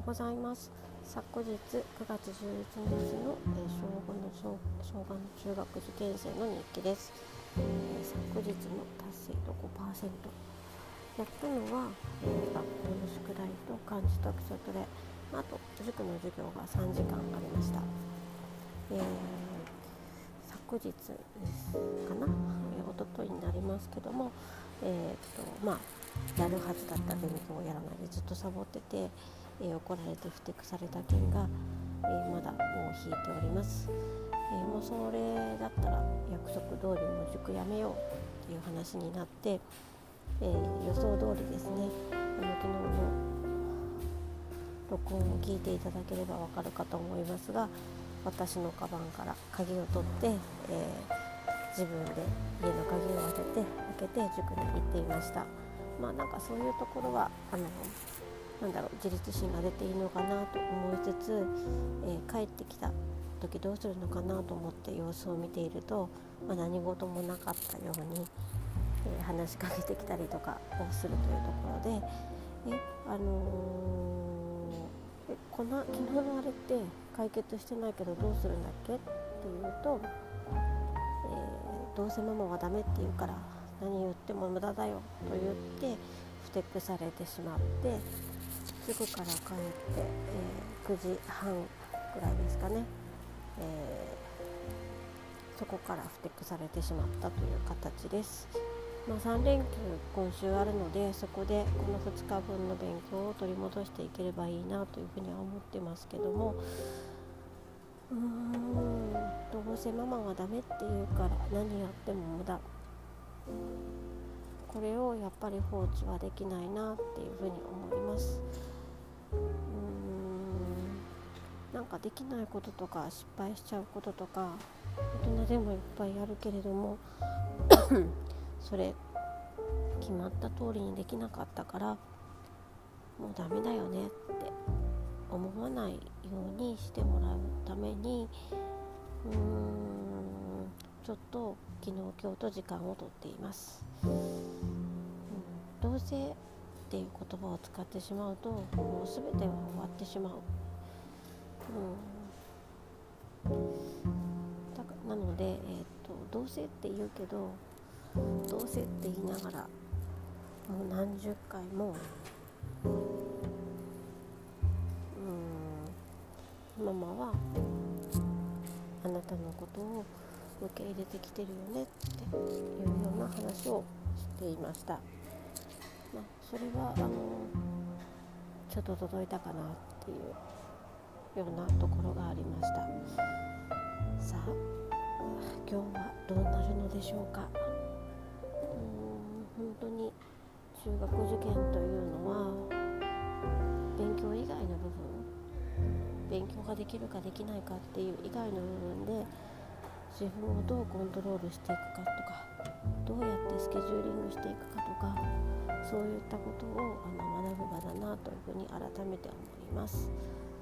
ございます。昨日9月11日の、小学の中学受験生の日記です。昨日の達成度 5%。やったのは、学校の宿題と漢字と基礎トレ、あと塾の授業が3時間ありました。昨日ですかな、一昨日になりますけども、やるはずだった勉強をやらないでずっとサボってて、怒られてふてくされた件が、まだもう引いております。もうそれだったら約束通りもう塾やめようっていう話になって、予想通りですね、昨日の録音を聞いていただければわかるかと思いますが、私のカバンから鍵を取って、自分で家の鍵を開けて塾に行っていました。なんかそういうところは自立心が出ていいのかなと思いつつ、帰ってきた時どうするのかなと思って様子を見ていると、何事もなかったように、話しかけてきたりとかをするというところで、昨日のあれって解決してないけどどうするんだっけっていうと、どうせママはダメって言うから何言っても無駄だよと言ってふてくされてしまって、塾から帰って、9時半ぐらいですかね、そこからふてくされてしまったという形です。3連休今週あるので、そこでこの2日分の勉強を取り戻していければいいなというふうには思ってますけども、どうせママがダメって言うから何やっても無駄、これをやっぱり放置はできないなっていうふうに思います。できないこととか失敗しちゃうこととか大人でもいっぱいあるけれどもそれ決まった通りにできなかったからもうダメだよねって思わないようにしてもらうためにちょっと昨日今日と時間をとっています。どうせっていう言葉を使ってしまうともう全ては終わってしまう。なので、どうせって言うけどどうせって言いながらもう何十回もママはあなたのことを受け入れてきてるよねっていうような話をしていました。それはちょっと届いたかなっていうようなところがありました。さあ今日はどうなるのでしょうか。本当に中学受験というのは勉強以外の部分、勉強ができるかできないかっていう以外の部分で自分をどうコントロールしていくかとか、どうやってスケジューリングしていくかとか、そういったことを学ぶ場だなというふうに改めて思います。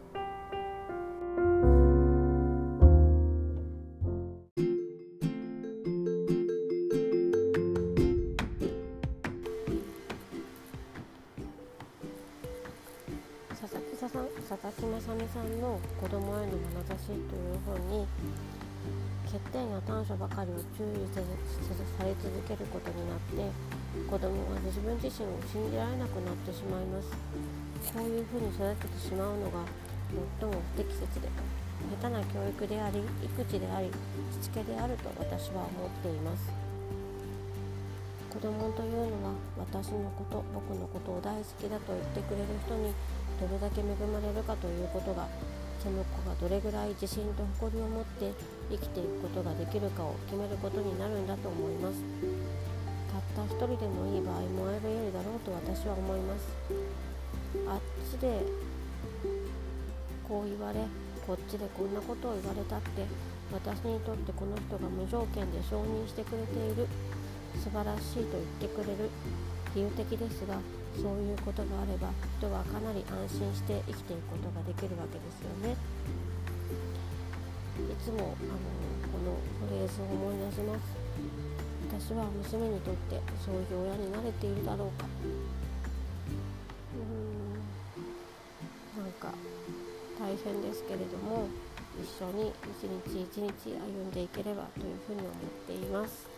佐々木雅美さんの子供への眼差しという本に、欠点や短所ばかりを注意され続けることになって子供は自分自身を信じられなくなってしまいます。こういうふうに育ててしまうのが最も不適切で下手な教育であり育児でありしつけであると私は思っています。子供というのは私のこと、僕のことを大好きだと言ってくれる人にどれだけ恵まれるかということが、その子がどれぐらい自信と誇りを持って生きていくことができるかを決めることになるんだと思います。たった一人でもいい場合もあり得るだろうと私は思います。あっちでこう言われこっちでこんなことを言われたって私にとってこの人が無条件で承認してくれている、素晴らしいと言ってくれる、比喩的ですがそういうことがあれば人はかなり安心して生きていくことができるわけですよね。いつもこのフレーズを思い出します。私は娘にとってそういう親になれているだろうか。 変ですけれども、一緒に一日一日歩んでいければというふうに思っています。